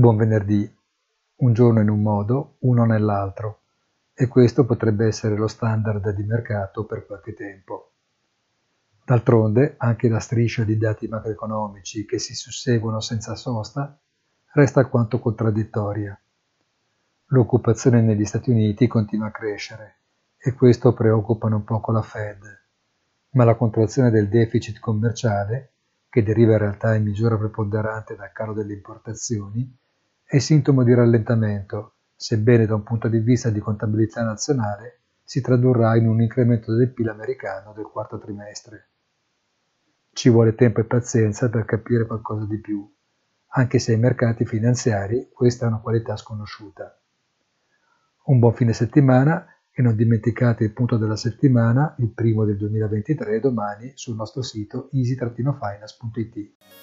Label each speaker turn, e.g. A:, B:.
A: Buon venerdì, un giorno in un modo, uno nell'altro, e questo potrebbe essere lo standard di mercato per qualche tempo. D'altronde, anche la striscia di dati macroeconomici che si susseguono senza sosta resta alquanto contraddittoria. L'occupazione negli Stati Uniti continua a crescere e questo preoccupa non poco la Fed, ma la contrazione del deficit commerciale, che deriva in realtà in misura preponderante dal calo delle importazioni, è sintomo di rallentamento, sebbene da un punto di vista di contabilità nazionale si tradurrà in un incremento del PIL americano del quarto trimestre. Ci vuole tempo e pazienza per capire qualcosa di più, anche se ai mercati finanziari questa è una qualità sconosciuta. Un buon fine settimana e non dimenticate il punto della settimana, il primo del 2023, domani sul nostro sito easy-finance.it.